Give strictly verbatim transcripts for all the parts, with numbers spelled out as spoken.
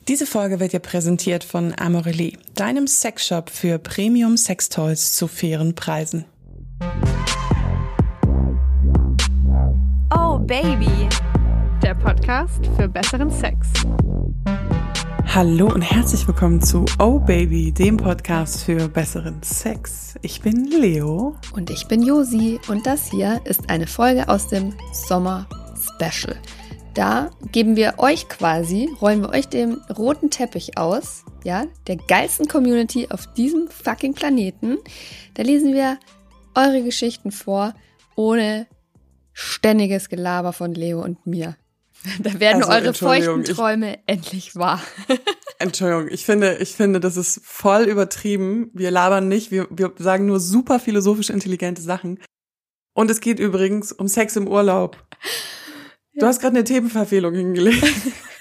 Diese Folge wird dir präsentiert von Amorelie, deinem Sexshop für Premium-Sextoys zu fairen Preisen. Oh Baby, der Podcast für besseren Sex. Hallo und herzlich willkommen zu Oh Baby, dem Podcast für besseren Sex. Ich bin Leo. Und ich bin Josi und das hier ist eine Folge aus dem Sommer-Special. Da geben wir euch quasi, rollen wir euch den roten Teppich aus, ja, der geilsten Community auf diesem fucking Planeten. Da lesen wir eure Geschichten vor, ohne ständiges Gelaber von Leo und mir. Da werden also, eure feuchten Träume ich, endlich wahr. Entschuldigung, ich finde, ich finde, das ist voll übertrieben. Wir labern nicht, wir, wir sagen nur super philosophisch intelligente Sachen. Und es geht übrigens um Sex im Urlaub. Du hast gerade eine Themenverfehlung hingelegt. Du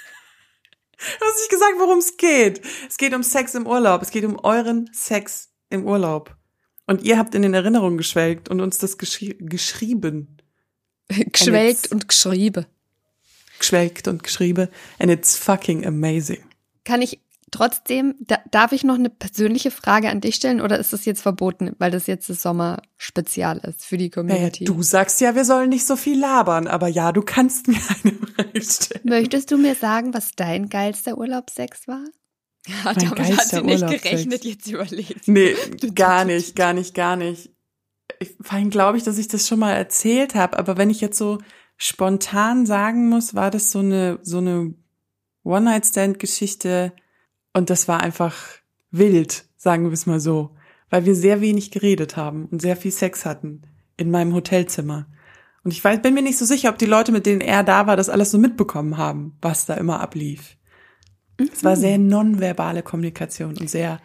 hast nicht gesagt, worum es geht. Es geht um Sex im Urlaub. Es geht um euren Sex im Urlaub. Und ihr habt in den Erinnerungen geschwelgt und uns das geschri- geschrieben. Geschwelgt und geschrieben. Geschwelgt und geschrieben. And it's fucking amazing. Kann ich trotzdem, da, darf ich noch eine persönliche Frage an dich stellen oder ist das jetzt verboten, weil das jetzt das Sommer-Spezial ist für die Community? Naja, du sagst ja, wir sollen nicht so viel labern, aber ja, du kannst mir eine Frage stellen. Möchtest du mir sagen, was dein geilster Urlaubssex war? Ja, mein damit geilster hat sie nicht Urlaubssex. gerechnet, jetzt überlegt. Nee, gar nicht, gar nicht, gar nicht. Ich, vor allem glaube ich, dass ich das schon mal erzählt habe, aber wenn ich jetzt so spontan sagen muss, war das so eine, so eine One-Night-Stand-Geschichte. Und das war einfach wild, sagen wir es mal so, weil wir sehr wenig geredet haben und sehr viel Sex hatten in meinem Hotelzimmer. Und ich weiß, bin mir nicht so sicher, ob die Leute, mit denen er da war, das alles so mitbekommen haben, was da immer ablief. Mhm. Es war sehr nonverbale Kommunikation und sehr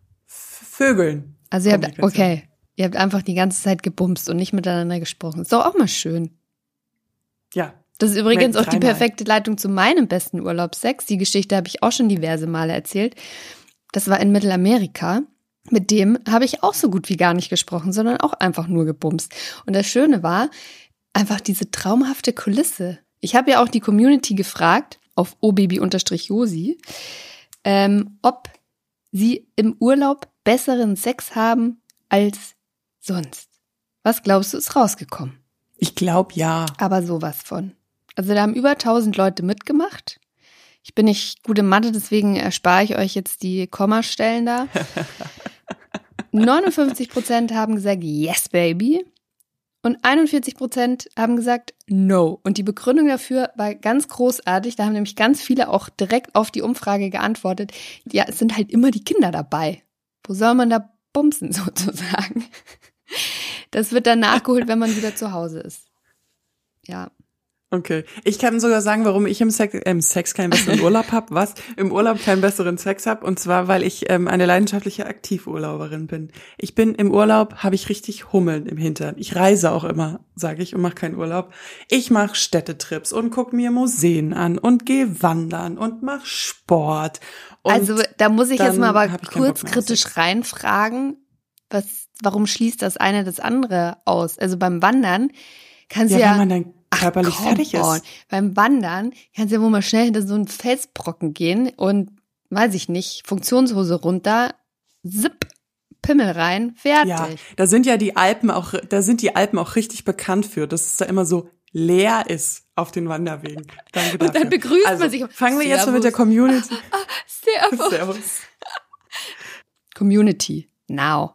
Vögeln. Also ihr habt, okay, ihr habt einfach die ganze Zeit gebumst und nicht miteinander gesprochen. Ist doch auch mal schön. Ja. Das ist übrigens auch die dreimal. perfekte Leitung zu meinem besten Urlaubssex. Die Geschichte habe ich auch schon diverse Male erzählt. Das war in Mittelamerika. Mit dem habe ich auch so gut wie gar nicht gesprochen, sondern auch einfach nur gebumst. Und das Schöne war einfach diese traumhafte Kulisse. Ich habe ja auch die Community gefragt, auf obaby-josi, ähm, ob sie im Urlaub besseren Sex haben als sonst. Was glaubst du, ist rausgekommen? Ich glaube ja. Aber sowas von. Also da haben über tausend Leute mitgemacht. Ich bin nicht gut in Mathe, deswegen erspare ich euch jetzt die Kommastellen da. neunundfünfzig Prozent haben gesagt, yes, baby. Und einundvierzig Prozent haben gesagt, no. Und die Begründung dafür war ganz großartig. Da haben nämlich ganz viele auch direkt auf die Umfrage geantwortet. Ja, es sind halt immer die Kinder dabei. Wo soll man da bumsen sozusagen? Das wird dann nachgeholt, wenn man wieder zu Hause ist. Ja. Okay. Ich kann sogar sagen, warum ich im Sex, äh, im Sex keinen besseren Urlaub habe. Was? Im Urlaub keinen besseren Sex habe. Und zwar, weil ich ähm, eine leidenschaftliche Aktivurlauberin bin. Ich bin im Urlaub, habe ich richtig Hummeln im Hintern. Ich reise auch immer, sage ich, und mache keinen Urlaub. Ich mache Städtetrips und guck mir Museen an und gehe wandern und mache Sport. Und also da muss ich jetzt mal aber kurz mehr kritisch reinfragen, was, warum schließt das eine das andere aus? Also beim Wandern kannst du ja, ja, wenn man dann körperlich ach, fertig ist. On. Beim Wandern kannst du ja wohl mal schnell hinter so einen Felsbrocken gehen und, weiß ich nicht, Funktionshose runter, zipp, Pimmel rein, fertig. Ja, da sind ja die Alpen auch, da sind die Alpen auch richtig bekannt für, dass es da immer so leer ist auf den Wanderwegen. Danke dafür. Und dann begrüßt also, man sich. Fangen wir jetzt mal mit der Community. Ah, ah, servus. Servus. Community, now.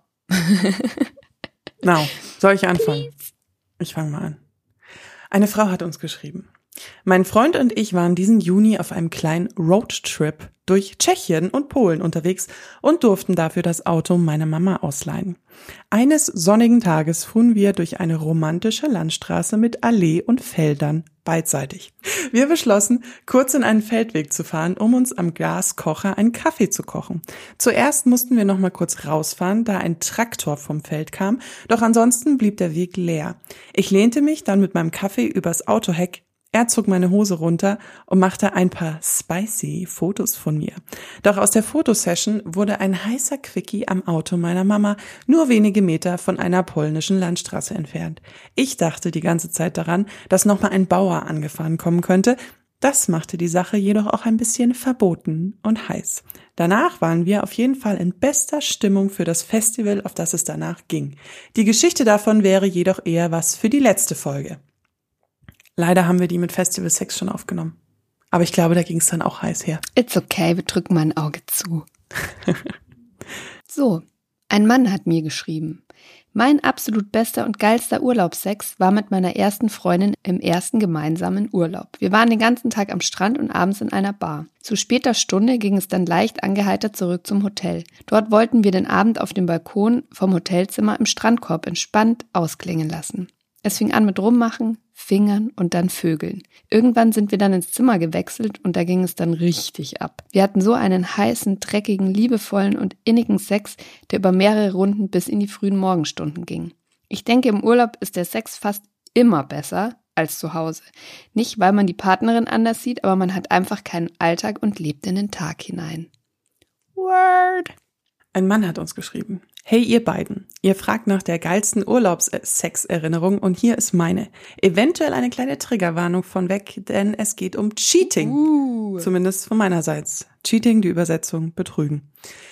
Now, soll ich anfangen? Please. Ich fange mal an. Eine Frau hat uns geschrieben. Mein Freund und ich waren diesen Juni auf einem kleinen Roadtrip durch Tschechien und Polen unterwegs und durften dafür das Auto meiner Mama ausleihen. Eines sonnigen Tages fuhren wir durch eine romantische Landstraße mit Allee und Feldern beidseitig. Wir beschlossen, kurz in einen Feldweg zu fahren, um uns am Gaskocher einen Kaffee zu kochen. Zuerst mussten wir noch mal kurz rausfahren, da ein Traktor vom Feld kam, doch ansonsten blieb der Weg leer. Ich lehnte mich dann mit meinem Kaffee übers Autoheck. Er zog meine Hose runter und machte ein paar spicy Fotos von mir. Doch aus der Fotosession wurde ein heißer Quickie am Auto meiner Mama, nur wenige Meter von einer polnischen Landstraße entfernt. Ich dachte die ganze Zeit daran, dass nochmal ein Bauer angefahren kommen könnte, Das machte die Sache jedoch auch ein bisschen verboten und heiß. Danach waren wir auf jeden Fall in bester Stimmung für das Festival, auf das es danach ging. Die Geschichte davon wäre jedoch eher was für die letzte Folge. Leider haben wir die mit Festival Sex schon aufgenommen. Aber ich glaube, da ging es dann auch heiß her. It's okay, wir drücken mal ein Auge zu. So, ein Mann hat mir geschrieben. Mein absolut bester und geilster Urlaubssex war mit meiner ersten Freundin im ersten gemeinsamen Urlaub. Wir waren den ganzen Tag am Strand und abends in einer Bar. Zu später Stunde ging es dann leicht angeheitert zurück zum Hotel. Dort wollten wir den Abend auf dem Balkon vom Hotelzimmer im Strandkorb entspannt ausklingen lassen. Es fing an mit Rummachen, Fingern und dann Vögeln. Irgendwann sind wir dann ins Zimmer gewechselt und da ging es dann richtig ab. Wir hatten so einen heißen, dreckigen, liebevollen und innigen Sex, der über mehrere Runden bis in die frühen Morgenstunden ging. Ich denke, im Urlaub ist der Sex fast immer besser als zu Hause. Nicht, weil man die Partnerin anders sieht, aber man hat einfach keinen Alltag und lebt in den Tag hinein. Word! Ein Mann hat uns geschrieben. Hey ihr beiden, ihr fragt nach der geilsten Urlaubssex-Erinnerung und hier ist meine. Eventuell eine kleine Triggerwarnung von weg, denn es geht um Cheating. Uh. Zumindest von meinerseits. Cheating, die Übersetzung, Betrügen.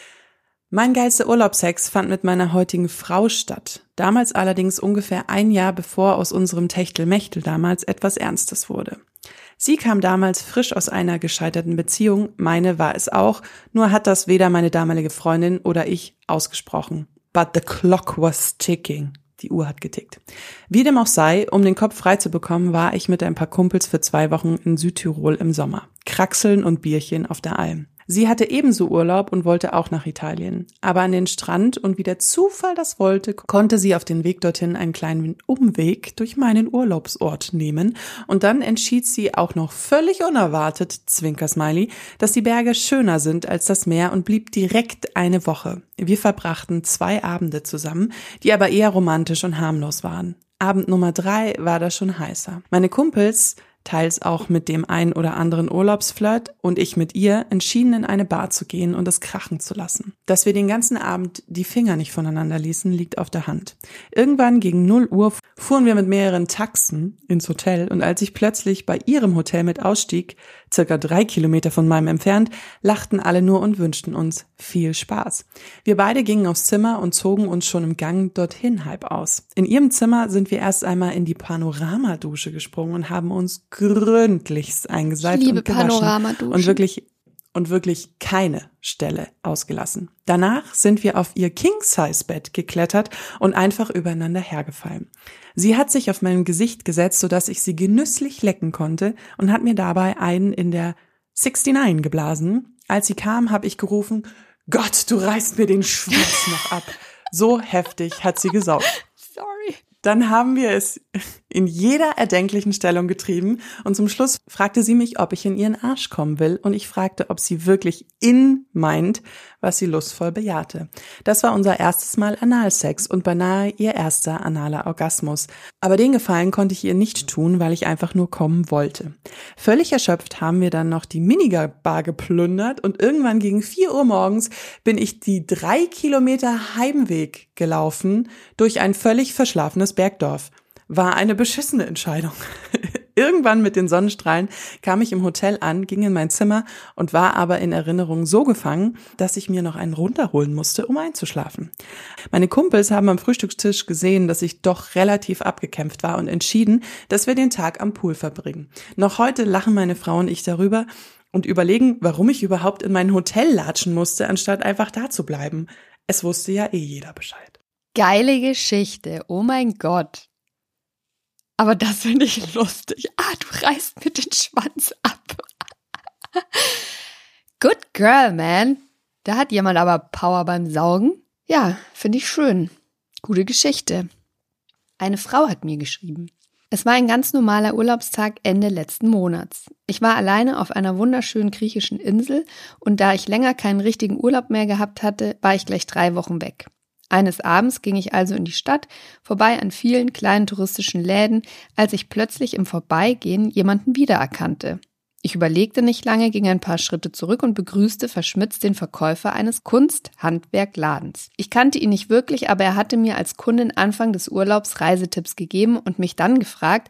Mein geilster Urlaubssex fand mit meiner heutigen Frau statt. Damals allerdings ungefähr ein Jahr bevor aus unserem Techtelmechtel damals etwas Ernstes wurde. Sie kam damals frisch aus einer gescheiterten Beziehung, meine war es auch, nur hat das weder meine damalige Freundin oder ich ausgesprochen. But the clock was ticking. Die Uhr hat getickt. Wie dem auch sei, um den Kopf frei zu bekommen, war ich mit ein paar Kumpels für zwei Wochen in Südtirol im Sommer. Kraxeln und Bierchen auf der Alm. Sie hatte ebenso Urlaub und wollte auch nach Italien. Aber an den Strand und wie der Zufall das wollte, konnte sie auf den Weg dorthin einen kleinen Umweg durch meinen Urlaubsort nehmen. Und dann entschied sie auch noch völlig unerwartet, Zwinkersmiley, dass die Berge schöner sind als das Meer und blieb direkt eine Woche. Wir verbrachten zwei Abende zusammen, die aber eher romantisch und harmlos waren. Abend Nummer drei war da schon heißer. Meine Kumpels, teils auch mit dem ein oder anderen Urlaubsflirt und ich mit ihr, entschieden in eine Bar zu gehen und es krachen zu lassen. Dass wir den ganzen Abend die Finger nicht voneinander ließen, liegt auf der Hand. Irgendwann gegen null Uhr fuhren wir mit mehreren Taxen ins Hotel und als ich plötzlich bei ihrem Hotel mit ausstieg, circa drei Kilometer von meinem entfernt, lachten alle nur und wünschten uns viel Spaß. Wir beide gingen aufs Zimmer und zogen uns schon im Gang dorthin halb aus. In ihrem Zimmer sind wir erst einmal in die Panoramadusche gesprungen und haben uns gründlichst eingeseift und gewaschen und wirklich und wirklich keine Stelle ausgelassen. Danach sind wir auf ihr King-Size-Bett geklettert und einfach übereinander hergefallen. Sie hat sich auf mein Gesicht gesetzt, sodass ich sie genüsslich lecken konnte und hat mir dabei einen in der neunundsechzig geblasen. Als sie kam, habe ich gerufen, Gott, du reißt mir den Schwanz noch ab. So heftig hat sie gesaugt. Sorry. Dann haben wir es in jeder erdenklichen Stellung getrieben und zum Schluss fragte sie mich, ob ich in ihren Arsch kommen will und ich fragte, ob sie wirklich in meint, was sie lustvoll bejahte. Das war unser erstes Mal Analsex und beinahe ihr erster analer Orgasmus. Aber den Gefallen konnte ich ihr nicht tun, weil ich einfach nur kommen wollte. Völlig erschöpft haben wir dann noch die Minibar geplündert und irgendwann gegen vier Uhr morgens bin ich die drei Kilometer Heimweg gelaufen durch ein völlig verschlafenes Bergdorf. War eine beschissene Entscheidung. Irgendwann mit den Sonnenstrahlen kam ich im Hotel an, ging in mein Zimmer und war aber in Erinnerung so gefangen, dass ich mir noch einen runterholen musste, um einzuschlafen. Meine Kumpels haben am Frühstückstisch gesehen, dass ich doch relativ abgekämpft war und entschieden, dass wir den Tag am Pool verbringen. Noch heute lachen meine Frau und ich darüber und überlegen, warum ich überhaupt in mein Hotel latschen musste, anstatt einfach da zu bleiben. Es wusste ja eh jeder Bescheid. Geile Geschichte, oh mein Gott. Aber das finde ich lustig. Ah, du reißt mir den Schwanz ab. Good girl, man. Da hat jemand aber Power beim Saugen. Ja, finde ich schön. Gute Geschichte. Eine Frau hat mir geschrieben. Es war ein ganz normaler Urlaubstag Ende letzten Monats. Ich war alleine auf einer wunderschönen griechischen Insel und da ich länger keinen richtigen Urlaub mehr gehabt hatte, war ich gleich drei Wochen weg. Eines Abends ging ich also in die Stadt, vorbei an vielen kleinen touristischen Läden, als ich plötzlich im Vorbeigehen jemanden wiedererkannte. Ich überlegte nicht lange, ging ein paar Schritte zurück und begrüßte verschmitzt den Verkäufer eines Kunsthandwerkladens. Ich kannte ihn nicht wirklich, aber er hatte mir als Kundin Anfang des Urlaubs Reisetipps gegeben und mich dann gefragt,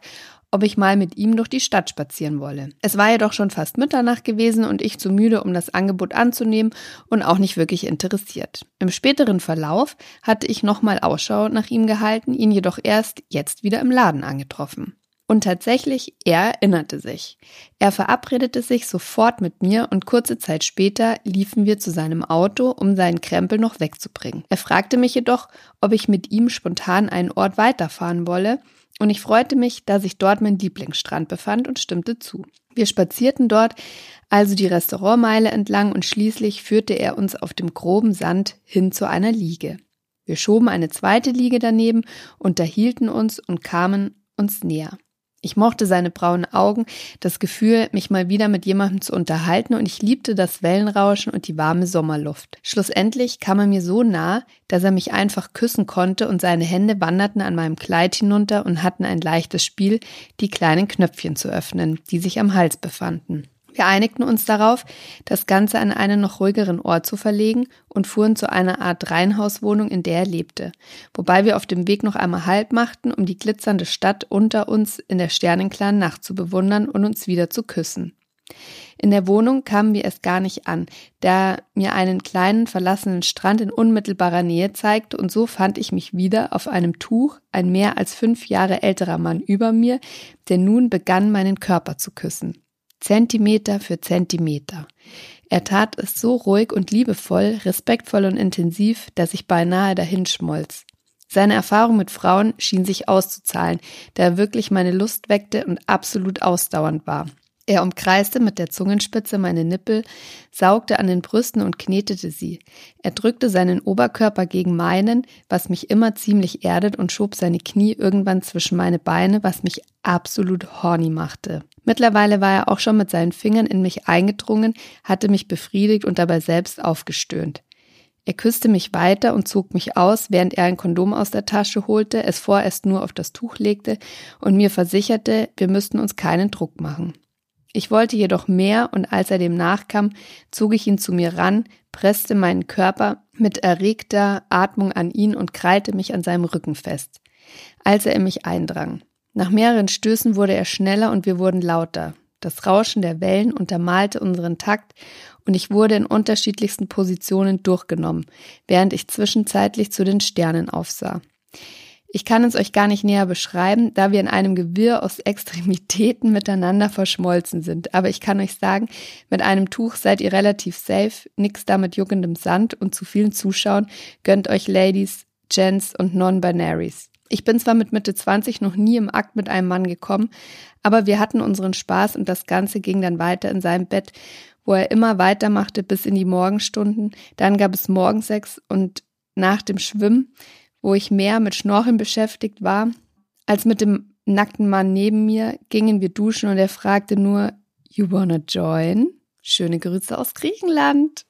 ob ich mal mit ihm durch die Stadt spazieren wolle. Es war jedoch schon fast Mitternacht gewesen und ich zu müde, um das Angebot anzunehmen und auch nicht wirklich interessiert. Im späteren Verlauf hatte ich nochmal Ausschau nach ihm gehalten, ihn jedoch erst jetzt wieder im Laden angetroffen. Und tatsächlich, er erinnerte sich. Er verabredete sich sofort mit mir und kurze Zeit später liefen wir zu seinem Auto, um seinen Krempel noch wegzubringen. Er fragte mich jedoch, ob ich mit ihm spontan einen Ort weiterfahren wolle, und ich freute mich, da sich dort mein Lieblingsstrand befand und stimmte zu. Wir spazierten dort also die Restaurantmeile entlang und schließlich führte er uns auf dem groben Sand hin zu einer Liege. Wir schoben eine zweite Liege daneben, unterhielten uns und kamen uns näher. Ich mochte seine braunen Augen, das Gefühl, mich mal wieder mit jemandem zu unterhalten, und ich liebte das Wellenrauschen und die warme Sommerluft. Schlussendlich kam er mir so nah, dass er mich einfach küssen konnte, und seine Hände wanderten an meinem Kleid hinunter und hatten ein leichtes Spiel, die kleinen Knöpfchen zu öffnen, die sich am Hals befanden. Wir einigten uns darauf, das Ganze an einen noch ruhigeren Ort zu verlegen und fuhren zu einer Art Reihenhauswohnung, in der er lebte, wobei wir auf dem Weg noch einmal Halt machten, um die glitzernde Stadt unter uns in der sternenklaren Nacht zu bewundern und uns wieder zu küssen. In der Wohnung kamen wir erst gar nicht an, da er mir einen kleinen verlassenen Strand in unmittelbarer Nähe zeigte, und so fand ich mich wieder auf einem Tuch, ein mehr als fünf Jahre älterer Mann über mir, der nun begann, meinen Körper zu küssen. Zentimeter für Zentimeter. Er tat es so ruhig und liebevoll, respektvoll und intensiv, dass ich beinahe dahinschmolz. Seine Erfahrung mit Frauen schien sich auszuzahlen, da er wirklich meine Lust weckte und absolut ausdauernd war. Er umkreiste mit der Zungenspitze meine Nippel, saugte an den Brüsten und knetete sie. Er drückte seinen Oberkörper gegen meinen, was mich immer ziemlich erdet, und schob seine Knie irgendwann zwischen meine Beine, was mich absolut horny machte. Mittlerweile war er auch schon mit seinen Fingern in mich eingedrungen, hatte mich befriedigt und dabei selbst aufgestöhnt. Er küsste mich weiter und zog mich aus, während er ein Kondom aus der Tasche holte, es vorerst nur auf das Tuch legte und mir versicherte, wir müssten uns keinen Druck machen. Ich wollte jedoch mehr, und als er dem nachkam, zog ich ihn zu mir ran, presste meinen Körper mit erregter Atmung an ihn und krallte mich an seinem Rücken fest, als er in mich eindrang. Nach mehreren Stößen wurde er schneller und wir wurden lauter. Das Rauschen der Wellen untermalte unseren Takt und ich wurde in unterschiedlichsten Positionen durchgenommen, während ich zwischenzeitlich zu den Sternen aufsah. Ich kann es euch gar nicht näher beschreiben, da wir in einem Gewirr aus Extremitäten miteinander verschmolzen sind. Aber ich kann euch sagen, mit einem Tuch seid ihr relativ safe, nix da mit juckendem Sand und zu vielen Zuschauen, gönnt euch Ladies, Gents und Non-Binaries. Ich bin zwar mit Mitte zwanzig noch nie im Akt mit einem Mann gekommen, aber wir hatten unseren Spaß und das Ganze ging dann weiter in seinem Bett, wo er immer weitermachte bis in die Morgenstunden. Dann gab es Morgensex und nach dem Schwimmen, wo ich mehr mit Schnorcheln beschäftigt war, als mit dem nackten Mann neben mir, gingen wir duschen und er fragte nur, "You wanna join?" Schöne Grüße aus Griechenland.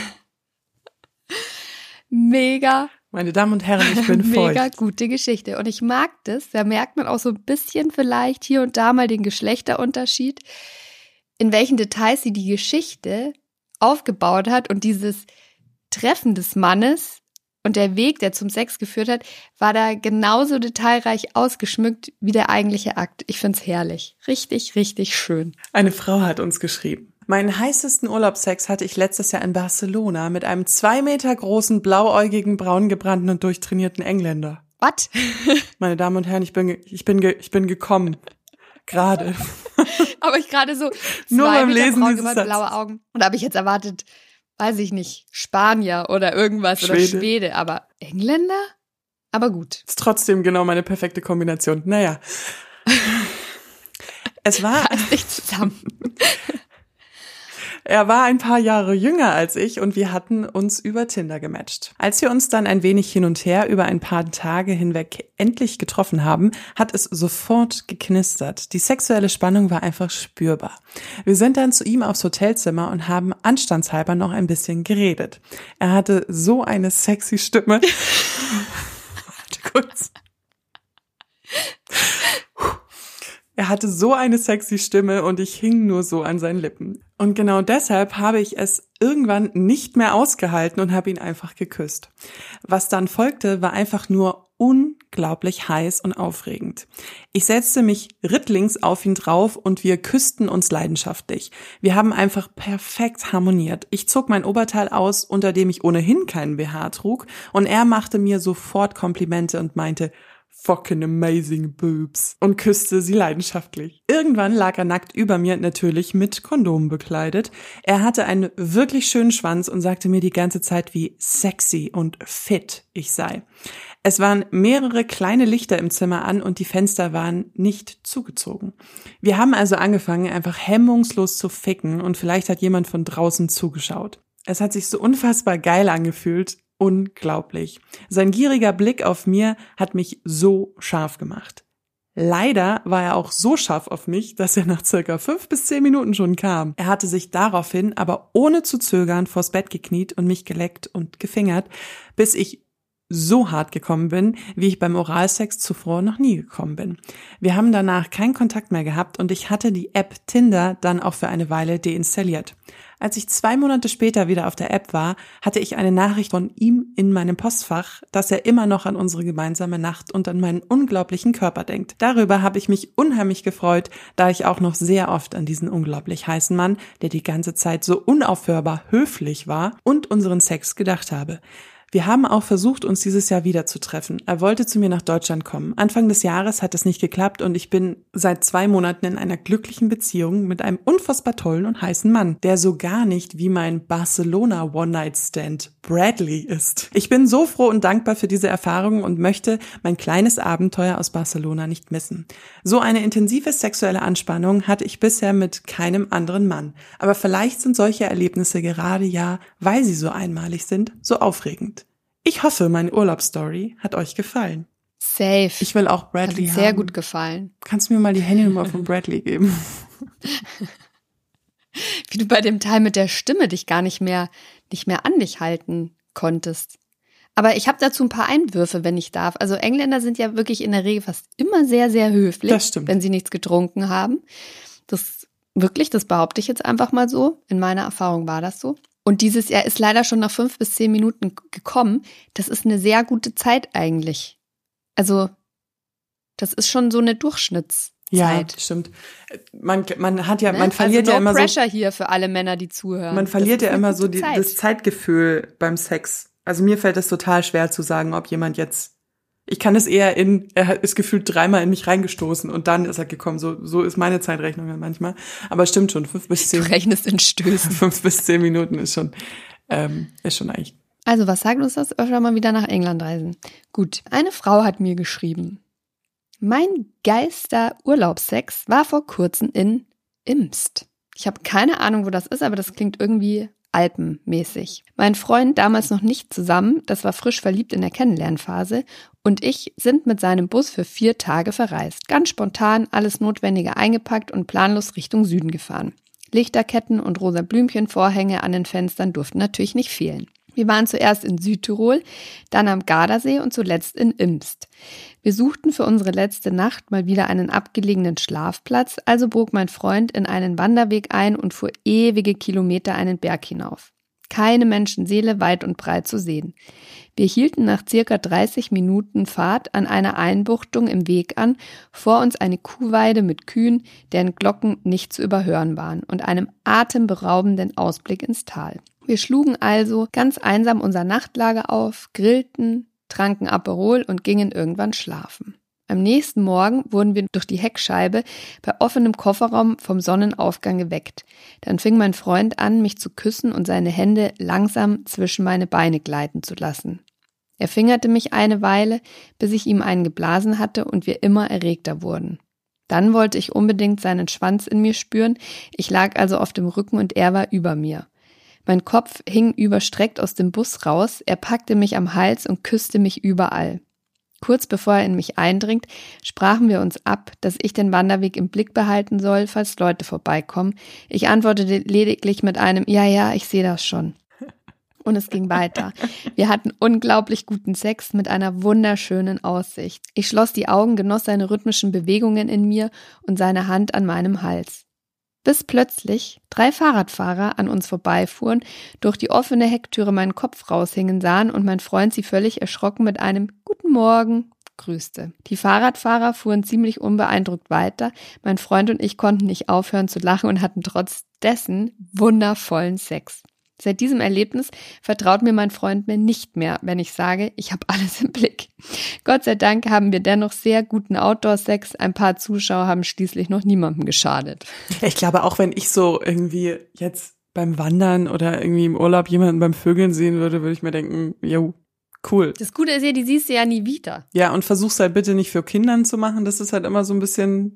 Mega. Meine Damen und Herren, ich bin feucht. Mega gute Geschichte. Und ich mag das, da merkt man auch so ein bisschen vielleicht hier und da mal den Geschlechterunterschied, in welchen Details sie die Geschichte aufgebaut hat, und dieses Treffen des Mannes und der Weg, der zum Sex geführt hat, war da genauso detailreich ausgeschmückt wie der eigentliche Akt. Ich find's herrlich. Richtig, richtig schön. Eine Frau hat uns geschrieben: Meinen heißesten Urlaubssex hatte ich letztes Jahr in Barcelona mit einem zwei Meter großen, blauäugigen, braungebrannten und durchtrainierten Engländer. Was? Meine Damen und Herren, ich bin, ich bin, ich bin gekommen. Gerade. Aber ich gerade so Nur zwei beim Meter Lesen braun dieses gemacht, blaue Augen. Und da habe ich jetzt erwartet, weiß ich nicht, Spanier oder irgendwas Schwede. oder Schwede, aber Engländer? Aber gut. Ist trotzdem genau meine perfekte Kombination. Naja. Es war... Passt nicht zusammen. Er war ein paar Jahre jünger als ich und wir hatten uns über Tinder gematcht. Als wir uns dann ein wenig hin und her über ein paar Tage hinweg endlich getroffen haben, hat es sofort geknistert. Die sexuelle Spannung war einfach spürbar. Wir sind dann zu ihm aufs Hotelzimmer und haben anstandshalber noch ein bisschen geredet. Er hatte so eine sexy Stimme. Warte kurz. Er hatte so eine sexy Stimme und ich hing nur so an seinen Lippen. Und genau deshalb habe ich es irgendwann nicht mehr ausgehalten und habe ihn einfach geküsst. Was dann folgte, war einfach nur unglaublich heiß und aufregend. Ich setzte mich rittlings auf ihn drauf und wir küssten uns leidenschaftlich. Wir haben einfach perfekt harmoniert. Ich zog mein Oberteil aus, unter dem ich ohnehin keinen B H trug, und er machte mir sofort Komplimente und meinte, fucking amazing boobs, und küsste sie leidenschaftlich. Irgendwann lag er nackt über mir, natürlich mit Kondom bekleidet. Er hatte einen wirklich schönen Schwanz und sagte mir die ganze Zeit, wie sexy und fit ich sei. Es waren mehrere kleine Lichter im Zimmer an und die Fenster waren nicht zugezogen. Wir haben also angefangen, einfach hemmungslos zu ficken, und vielleicht hat jemand von draußen zugeschaut. Es hat sich so unfassbar geil angefühlt. Unglaublich. Sein gieriger Blick auf mir hat mich so scharf gemacht. Leider war er auch so scharf auf mich, dass er nach circa fünf bis zehn Minuten schon kam. Er hatte sich daraufhin aber ohne zu zögern vors Bett gekniet und mich geleckt und gefingert, bis ich so hart gekommen bin, wie ich beim Oralsex zuvor noch nie gekommen bin. Wir haben danach keinen Kontakt mehr gehabt und ich hatte die App Tinder dann auch für eine Weile deinstalliert. Als ich zwei Monate später wieder auf der App war, hatte ich eine Nachricht von ihm in meinem Postfach, dass er immer noch an unsere gemeinsame Nacht und an meinen unglaublichen Körper denkt. Darüber habe ich mich unheimlich gefreut, da ich auch noch sehr oft an diesen unglaublich heißen Mann, der die ganze Zeit so unaufhörbar höflich war, und unseren Sex gedacht habe. Wir haben auch versucht, uns dieses Jahr wieder zu treffen. Er wollte zu mir nach Deutschland kommen. Anfang des Jahres hat es nicht geklappt und ich bin seit zwei Monaten in einer glücklichen Beziehung mit einem unfassbar tollen und heißen Mann, der so gar nicht wie mein Barcelona One-Night-Stand Bradley ist. Ich bin so froh und dankbar für diese Erfahrung und möchte mein kleines Abenteuer aus Barcelona nicht missen. So eine intensive sexuelle Anspannung hatte ich bisher mit keinem anderen Mann. Aber vielleicht sind solche Erlebnisse gerade ja, weil sie so einmalig sind, so aufregend. Ich hoffe, meine Urlaubsstory hat euch gefallen. Safe. Ich will auch Bradley hat haben. Sehr gut gefallen. Kannst du mir mal die Handynummer von Bradley geben? Wie du bei dem Teil mit der Stimme dich gar nicht mehr, nicht mehr an dich halten konntest. Aber ich habe dazu ein paar Einwürfe, wenn ich darf. Also Engländer sind ja wirklich in der Regel fast immer sehr, sehr höflich, das stimmt, wenn sie nichts getrunken haben. Das wirklich, das behaupte ich jetzt einfach mal so. In meiner Erfahrung war das so. Und dieses Jahr ist leider schon nach fünf bis zehn Minuten gekommen. Das ist eine sehr gute Zeit eigentlich. Also das ist schon so eine Durchschnittszeit. Ja, stimmt. Man, man hat ja, ne? man verliert also no ja immer pressure so. hier für alle Männer, die zuhören. Man verliert ja immer so die, Zeit. das Zeitgefühl beim Sex. Also mir fällt es total schwer zu sagen, ob jemand jetzt. Ich kann es eher in, er ist gefühlt dreimal in mich reingestoßen und dann ist er gekommen. So, so ist meine Zeitrechnung dann manchmal. Aber stimmt schon, fünf bis zehn. Du rechnest in Stößen. Fünf bis zehn Minuten ist schon, ähm, ist schon eigentlich. Also was sagt uns das? Öfter mal wieder nach England reisen. Gut, eine Frau hat mir geschrieben: Mein geilster Urlaubssex war vor kurzem in Imst. Ich habe keine Ahnung, wo das ist, aber das klingt irgendwie alpenmäßig. Mein Freund, damals noch nicht zusammen, das war frisch verliebt in der Kennenlernphase, und ich sind mit seinem Bus für vier Tage verreist. Ganz spontan, alles Notwendige eingepackt und planlos Richtung Süden gefahren. Lichterketten und rosa Blümchenvorhänge an den Fenstern durften natürlich nicht fehlen. Wir waren zuerst in Südtirol, dann am Gardasee und zuletzt in Imst. Wir suchten für unsere letzte Nacht mal wieder einen abgelegenen Schlafplatz, also bog mein Freund in einen Wanderweg ein und fuhr ewige Kilometer einen Berg hinauf. Keine Menschenseele weit und breit zu sehen. Wir hielten nach circa dreißig Minuten Fahrt an einer Einbuchtung im Weg an, vor uns eine Kuhweide mit Kühen, deren Glocken nicht zu überhören waren, und einem atemberaubenden Ausblick ins Tal. Wir schlugen also ganz einsam unser Nachtlager auf, grillten, tranken Aperol und gingen irgendwann schlafen. Am nächsten Morgen wurden wir durch die Heckscheibe bei offenem Kofferraum vom Sonnenaufgang geweckt. Dann fing mein Freund an, mich zu küssen und seine Hände langsam zwischen meine Beine gleiten zu lassen. Er fingerte mich eine Weile, bis ich ihm einen geblasen hatte und wir immer erregter wurden. Dann wollte ich unbedingt seinen Schwanz in mir spüren, ich lag also auf dem Rücken und er war über mir. Mein Kopf hing überstreckt aus dem Bus raus, er packte mich am Hals und küsste mich überall. Kurz bevor er in mich eindringt, sprachen wir uns ab, dass ich den Wanderweg im Blick behalten soll, falls Leute vorbeikommen. Ich antwortete lediglich mit einem Ja, ja, ich sehe das schon. Und es ging weiter. Wir hatten unglaublich guten Sex mit einer wunderschönen Aussicht. Ich schloss die Augen, genoss seine rhythmischen Bewegungen in mir und seine Hand an meinem Hals. bis plötzlich drei Fahrradfahrer an uns vorbeifuhren, durch die offene Hecktüre meinen Kopf raushängen sahen und mein Freund sie völlig erschrocken mit einem »Guten Morgen« grüßte. Die Fahrradfahrer fuhren ziemlich unbeeindruckt weiter. Mein Freund und ich konnten nicht aufhören zu lachen und hatten trotz dessen wundervollen Sex. Seit diesem Erlebnis vertraut mir mein Freund mir nicht mehr, wenn ich sage, ich habe alles im Blick. Gott sei Dank haben wir dennoch sehr guten Outdoor-Sex. Ein paar Zuschauer haben schließlich noch niemandem geschadet. Ich glaube, auch wenn ich so irgendwie jetzt beim Wandern oder irgendwie im Urlaub jemanden beim Vögeln sehen würde, würde ich mir denken, jo, cool. Das Gute ist ja, die siehst du ja nie wieder. Ja, und versuch's halt bitte nicht für Kindern zu machen. Das ist halt immer so ein bisschen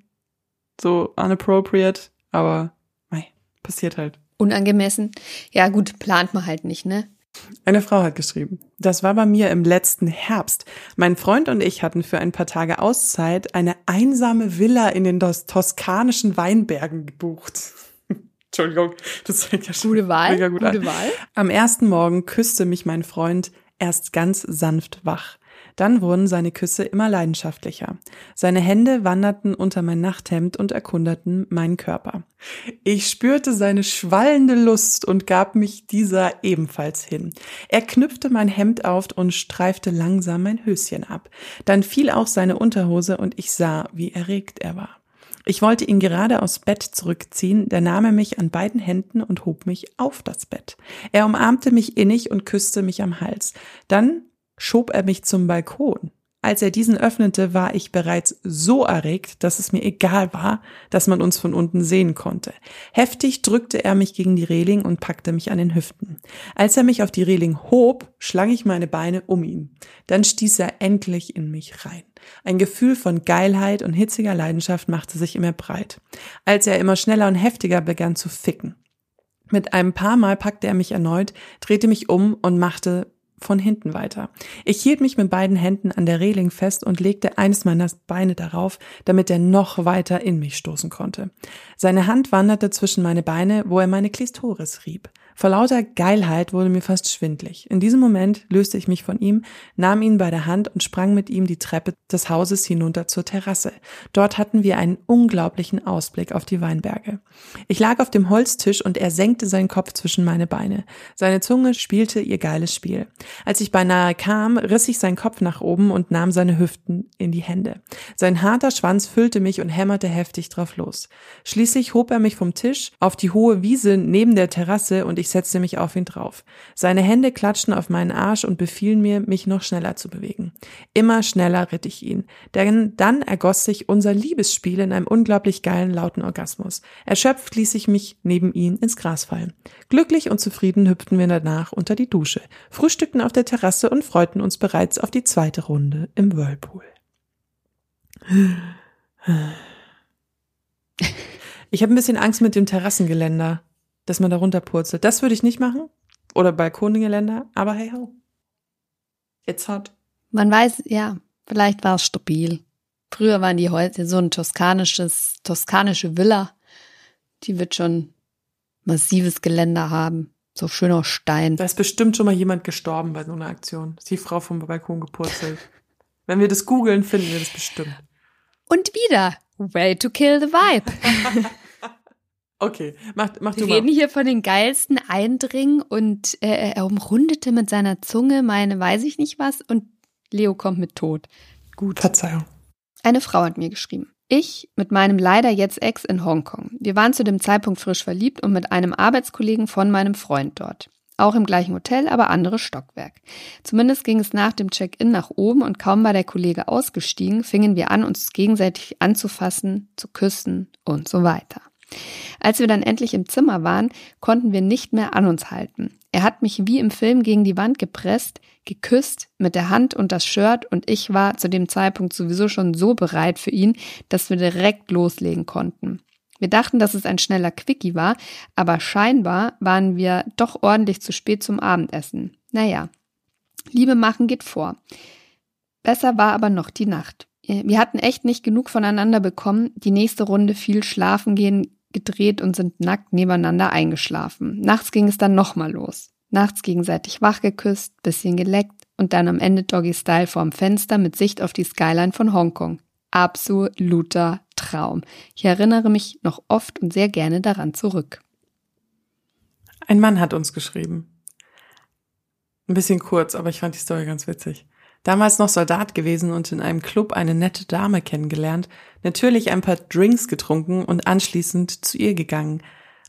so unappropriate, aber mei, passiert halt. Unangemessen. Ja gut, plant man halt nicht, ne? Eine Frau hat geschrieben, das war bei mir im letzten Herbst. Mein Freund und ich hatten für ein paar Tage Auszeit eine einsame Villa in den tos- toskanischen Weinbergen gebucht. Entschuldigung, das fängt ja schon Gute Wahl, mega gut gute an. Wahl. Am ersten Morgen küsste mich mein Freund erst ganz sanft wach. Dann wurden seine Küsse immer leidenschaftlicher. Seine Hände wanderten unter mein Nachthemd und erkundeten meinen Körper. Ich spürte seine schwallende Lust und gab mich dieser ebenfalls hin. Er knüpfte mein Hemd auf und streifte langsam mein Höschen ab. Dann fiel auch seine Unterhose und ich sah, wie erregt er war. Ich wollte ihn gerade aufs Bett zurückziehen, da nahm er mich an beiden Händen und hob mich auf das Bett. Er umarmte mich innig und küsste mich am Hals. Dann schob er mich zum Balkon. Als er diesen öffnete, war ich bereits so erregt, dass es mir egal war, dass man uns von unten sehen konnte. Heftig drückte er mich gegen die Reling und packte mich an den Hüften. Als er mich auf die Reling hob, schlang ich meine Beine um ihn. Dann stieß er endlich in mich rein. Ein Gefühl von Geilheit und hitziger Leidenschaft machte sich in mir breit, als er immer schneller und heftiger begann zu ficken. Mit einem paar Mal packte er mich erneut, drehte mich um und machte von hinten weiter. Ich hielt mich mit beiden Händen an der Reling fest und legte eines meiner Beine darauf, damit er noch weiter in mich stoßen konnte. Seine Hand wanderte zwischen meine Beine, wo er meine Klitoris rieb. Vor lauter Geilheit wurde mir fast schwindlig. In diesem Moment löste ich mich von ihm, nahm ihn bei der Hand und sprang mit ihm die Treppe des Hauses hinunter zur Terrasse. Dort hatten wir einen unglaublichen Ausblick auf die Weinberge. Ich lag auf dem Holztisch und er senkte seinen Kopf zwischen meine Beine. Seine Zunge spielte ihr geiles Spiel. Als ich beinahe kam, riss ich seinen Kopf nach oben und nahm seine Hüften in die Hände. Sein harter Schwanz füllte mich und hämmerte heftig drauf los. Schließlich hob er mich vom Tisch auf die hohe Wiese neben der Terrasse und ich setzte mich auf ihn drauf. Seine Hände klatschten auf meinen Arsch und befielen mir, mich noch schneller zu bewegen. Immer schneller ritt ich ihn. Denn dann ergoss sich unser Liebesspiel in einem unglaublich geilen, lauten Orgasmus. Erschöpft ließ ich mich neben ihn ins Gras fallen. Glücklich und zufrieden hüpften wir danach unter die Dusche, frühstückten auf der Terrasse und freuten uns bereits auf die zweite Runde im Whirlpool. Ich habe ein bisschen Angst mit dem Terrassengeländer, dass man da runterpurzelt. Das würde ich nicht machen. Oder Balkongeländer, aber hey ho. It's hot. Man weiß, ja, vielleicht war es stabil. Früher waren die Häuser so ein toskanisches, toskanische Villa. Die wird schon massives Geländer haben. So schön aus Stein. Da ist bestimmt schon mal jemand gestorben bei so einer Aktion. Ist die Frau vom Balkon gepurzelt. Wenn wir das googeln, finden wir das bestimmt. Und wieder, way to kill the vibe. Okay, mach, mach du Wir mal. reden hier von den geilsten Eindringen und äh, er umrundete mit seiner Zunge meine weiß ich nicht was und Leo kommt mit Tod. Gut. Verzeihung. Eine Frau hat mir geschrieben. Ich mit meinem leider jetzt Ex in Hongkong. Wir waren zu dem Zeitpunkt frisch verliebt und mit einem Arbeitskollegen von meinem Freund dort. Auch im gleichen Hotel, aber anderes Stockwerk. Zumindest ging es nach dem Check-in nach oben und kaum war der Kollege ausgestiegen, fingen wir an, uns gegenseitig anzufassen, zu küssen und so weiter. Als wir dann endlich im Zimmer waren, konnten wir nicht mehr an uns halten. Er hat mich wie im Film gegen die Wand gepresst, geküsst, mit der Hand und das Shirt und ich war zu dem Zeitpunkt sowieso schon so bereit für ihn, dass wir direkt loslegen konnten. Wir dachten, dass es ein schneller Quickie war, aber scheinbar waren wir doch ordentlich zu spät zum Abendessen. Naja, Liebe machen geht vor. Besser war aber noch die Nacht. Wir hatten echt nicht genug voneinander bekommen. Die nächste Runde fiel Schlafen gehen gedreht und sind nackt nebeneinander eingeschlafen. Nachts ging es dann nochmal los. Nachts gegenseitig wach geküsst, bisschen geleckt und dann am Ende Doggy-Style vorm Fenster mit Sicht auf die Skyline von Hongkong. Absoluter Traum. Ich erinnere mich noch oft und sehr gerne daran zurück. Ein Mann hat uns geschrieben. Ein bisschen kurz, aber ich fand die Story ganz witzig. Damals noch Soldat gewesen und in einem Club eine nette Dame kennengelernt, natürlich ein paar Drinks getrunken und anschließend zu ihr gegangen.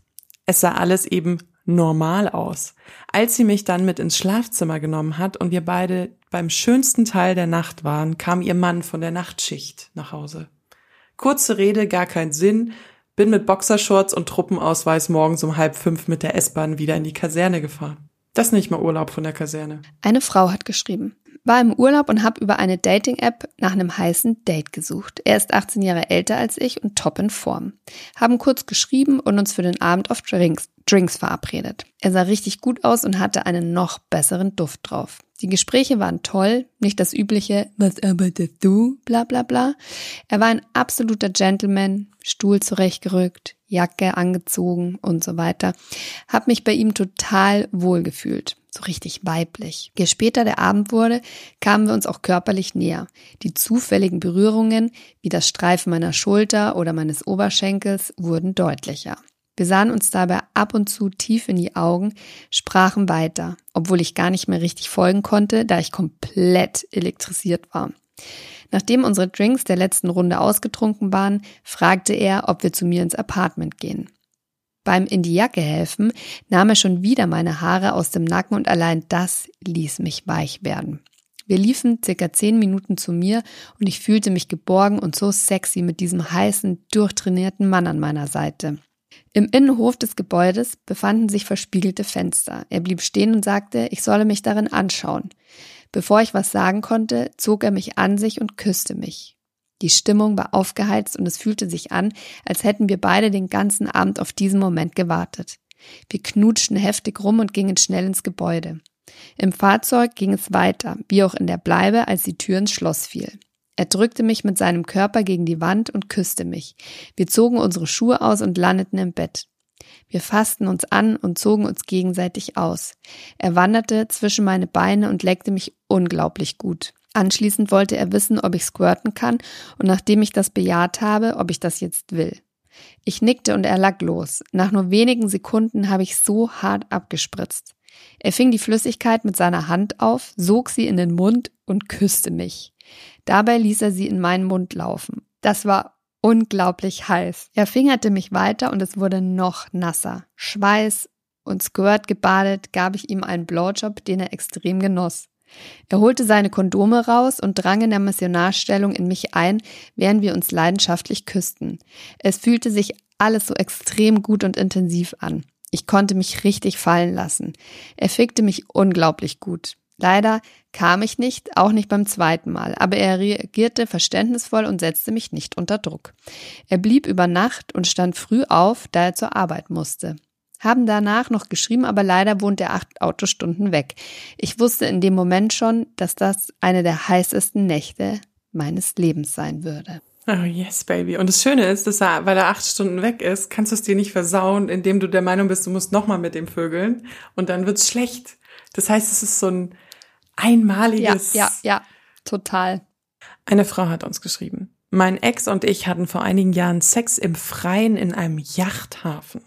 Es sah alles eben normal aus. Als sie mich dann mit ins Schlafzimmer genommen hat und wir beide beim schönsten Teil der Nacht waren, kam ihr Mann von der Nachtschicht nach Hause. Kurze Rede, gar kein Sinn, bin mit Boxershorts und Truppenausweis morgens um halb fünf mit der S-Bahn wieder in die Kaserne gefahren. Das ist nicht mal Urlaub von der Kaserne. Eine Frau hat geschrieben: War im Urlaub und habe über eine Dating-App nach einem heißen Date gesucht. Er ist achtzehn Jahre älter als ich und top in Form. Haben kurz geschrieben und uns für den Abend auf Drinks, Drinks verabredet. Er sah richtig gut aus und hatte einen noch besseren Duft drauf. Die Gespräche waren toll, nicht das übliche "Was arbeitest du?" bla bla bla. Er war ein absoluter Gentleman, Stuhl zurechtgerückt, Jacke angezogen und so weiter. Hab mich bei ihm total wohl gefühlt. So richtig weiblich. Je später der Abend wurde, kamen wir uns auch körperlich näher. Die zufälligen Berührungen, wie das Streifen meiner Schulter oder meines Oberschenkels, wurden deutlicher. Wir sahen uns dabei ab und zu tief in die Augen, sprachen weiter, obwohl ich gar nicht mehr richtig folgen konnte, da ich komplett elektrisiert war. Nachdem unsere Drinks der letzten Runde ausgetrunken waren, fragte er, ob wir zu mir ins Apartment gehen. Beim in die Jacke helfen nahm er schon wieder meine Haare aus dem Nacken und allein das ließ mich weich werden. Wir liefen circa zehn Minuten zu mir und ich fühlte mich geborgen und so sexy mit diesem heißen, durchtrainierten Mann an meiner Seite. Im Innenhof des Gebäudes befanden sich verspiegelte Fenster. Er blieb stehen und sagte, ich solle mich darin anschauen. Bevor ich was sagen konnte, zog er mich an sich und küsste mich. Die Stimmung war aufgeheizt und es fühlte sich an, als hätten wir beide den ganzen Abend auf diesen Moment gewartet. Wir knutschten heftig rum und gingen schnell ins Gebäude. Im Fahrzeug ging es weiter, wie auch in der Bleibe, als die Tür ins Schloss fiel. Er drückte mich mit seinem Körper gegen die Wand und küsste mich. Wir zogen unsere Schuhe aus und landeten im Bett. Wir fassten uns an und zogen uns gegenseitig aus. Er wanderte zwischen meine Beine und leckte mich unglaublich gut. Anschließend wollte er wissen, ob ich squirten kann und nachdem ich das bejaht habe, ob ich das jetzt will. Ich nickte und er lag los. Nach nur wenigen Sekunden habe ich so hart abgespritzt. Er fing die Flüssigkeit mit seiner Hand auf, sog sie in den Mund und küsste mich. Dabei ließ er sie in meinen Mund laufen. Das war unglaublich heiß. Er fingerte mich weiter und es wurde noch nasser. Schweiß und Squirt gebadet gab ich ihm einen Blowjob, den er extrem genoss. Er holte seine Kondome raus und drang in der Missionarstellung in mich ein, während wir uns leidenschaftlich küssten. Es fühlte sich alles so extrem gut und intensiv an. Ich konnte mich richtig fallen lassen. Er fickte mich unglaublich gut. Leider kam ich nicht, auch nicht beim zweiten Mal, aber er reagierte verständnisvoll und setzte mich nicht unter Druck. Er blieb über Nacht und stand früh auf, da er zur Arbeit musste. Haben danach noch geschrieben, aber leider wohnt er acht Autostunden weg. Ich wusste in dem Moment schon, dass das eine der heißesten Nächte meines Lebens sein würde. Oh yes, baby. Und das Schöne ist, dass er, weil er acht Stunden weg ist, kannst du es dir nicht versauen, indem du der Meinung bist, du musst nochmal mit dem vögeln und dann wird's schlecht. Das heißt, es ist so ein einmaliges... Ja, ja, ja, total. Eine Frau hat uns geschrieben. Mein Ex und ich hatten vor einigen Jahren Sex im Freien in einem Yachthafen.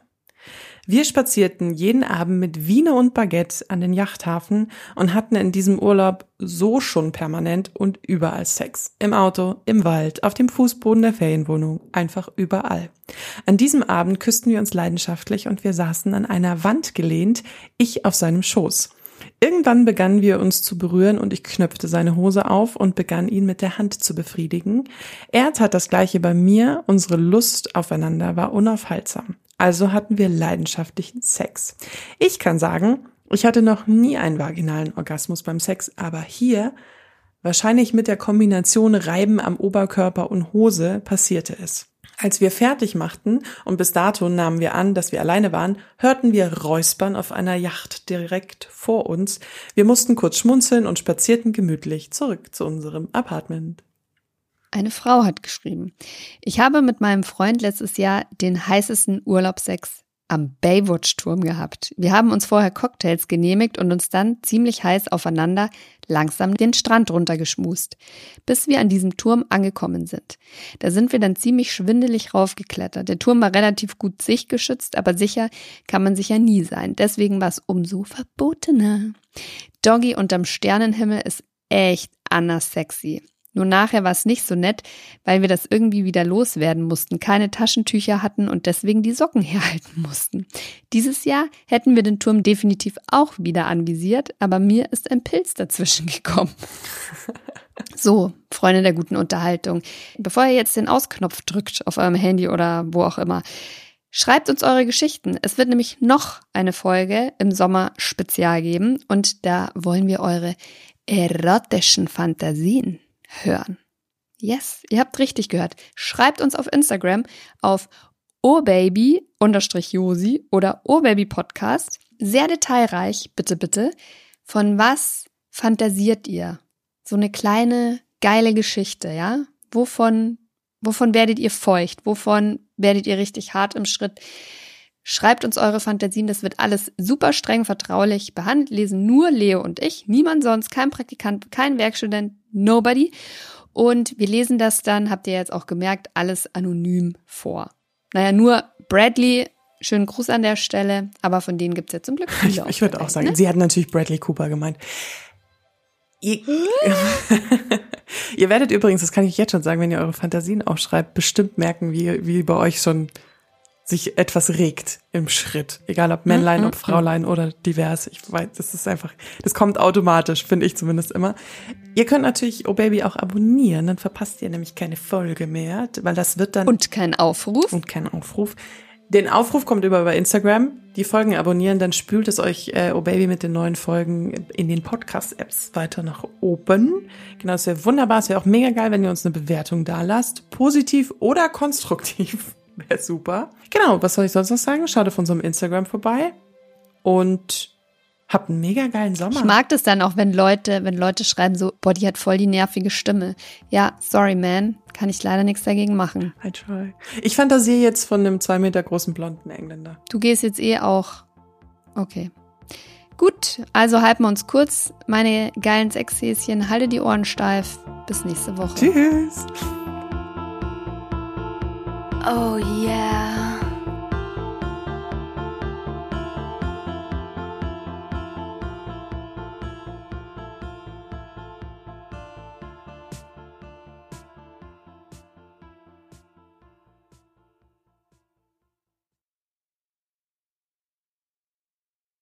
Wir spazierten jeden Abend mit Wiener und Baguette an den Yachthafen und hatten in diesem Urlaub so schon permanent und überall Sex. Im Auto, im Wald, auf dem Fußboden der Ferienwohnung, einfach überall. An diesem Abend küssten wir uns leidenschaftlich und wir saßen an einer Wand gelehnt, ich auf seinem Schoß. Irgendwann begannen wir uns zu berühren und ich knöpfte seine Hose auf und begann ihn mit der Hand zu befriedigen. Er tat das Gleiche bei mir, unsere Lust aufeinander war unaufhaltsam. Also hatten wir leidenschaftlichen Sex. Ich kann sagen, ich hatte noch nie einen vaginalen Orgasmus beim Sex, aber hier, wahrscheinlich mit der Kombination Reiben am Oberkörper und Hose, passierte es. Als wir fertig machten, und bis dato nahmen wir an, dass wir alleine waren, hörten wir Räuspern auf einer Yacht direkt vor uns. Wir mussten kurz schmunzeln und spazierten gemütlich zurück zu unserem Apartment. Eine Frau hat geschrieben: Ich habe mit meinem Freund letztes Jahr den heißesten Urlaubssex am Baywatch-Turm gehabt. Wir haben uns vorher Cocktails genehmigt und uns dann ziemlich heiß aufeinander langsam den Strand runtergeschmust, bis wir an diesem Turm angekommen sind. Da sind wir dann ziemlich schwindelig raufgeklettert. Der Turm war relativ gut sichtgeschützt, aber sicher kann man sich ja nie sein. Deswegen war es umso verbotener. Doggy unterm Sternenhimmel ist echt anders sexy. Nur nachher war es nicht so nett, weil wir das irgendwie wieder loswerden mussten, keine Taschentücher hatten und deswegen die Socken herhalten mussten. Dieses Jahr hätten wir den Turm definitiv auch wieder anvisiert, aber mir ist ein Pilz dazwischen gekommen. So, Freunde der guten Unterhaltung, bevor ihr jetzt den Ausknopf drückt auf eurem Handy oder wo auch immer, schreibt uns eure Geschichten. Es wird nämlich noch eine Folge im Sommer Spezial geben und da wollen wir eure erotischen Fantasien hören. Yes, ihr habt richtig gehört. Schreibt uns auf Instagram auf obaby-josi oder obabypodcast. Sehr detailreich, bitte, bitte. Von was fantasiert ihr? So eine kleine, geile Geschichte, ja? Wovon, wovon werdet ihr feucht? Wovon werdet ihr richtig hart im Schritt? Schreibt uns eure Fantasien, das wird alles super streng vertraulich behandelt, lesen nur Leo und ich, niemand sonst, kein Praktikant, kein Werkstudent, nobody. Und wir lesen das dann, habt ihr jetzt auch gemerkt, alles anonym vor. Naja, nur Bradley, schönen Gruß an der Stelle, aber von denen gibt's ja zum Glück viele. Ich, ich würde auch sagen, ne? Sie hat natürlich Bradley Cooper gemeint. Ihr, ihr werdet übrigens, das kann ich jetzt schon sagen, wenn ihr eure Fantasien aufschreibt, bestimmt merken, wie, wie bei euch schon sich etwas regt im Schritt. Egal ob Männlein, ob Fraulein oder divers. Ich weiß, das ist einfach, das kommt automatisch, finde ich zumindest immer. Ihr könnt natürlich Oh Baby auch abonnieren, dann verpasst ihr nämlich keine Folge mehr, weil das wird dann... Und kein Aufruf. Und kein Aufruf. Den Aufruf kommt über bei Instagram. Die Folgen abonnieren, dann spült es euch äh, Oh Baby mit den neuen Folgen in den Podcast-Apps weiter nach oben. Genau, das wäre wunderbar. Es wäre auch mega geil, wenn ihr uns eine Bewertung da lasst. Positiv oder konstruktiv. Wäre super. Genau, was soll ich sonst noch sagen? Schaut auf unserem Instagram vorbei und habt einen mega geilen Sommer. Ich mag das dann auch, wenn Leute, wenn Leute schreiben so, boah, die hat voll die nervige Stimme. Ja, sorry, man, kann ich leider nichts dagegen machen. I try. Ich fantasiere jetzt von einem zwei Meter großen blonden Engländer. Du gehst jetzt eh auch. Okay. Gut, also halten wir uns kurz. Meine geilen Sexhäschen, halte die Ohren steif. Bis nächste Woche. Tschüss. Oh yeah.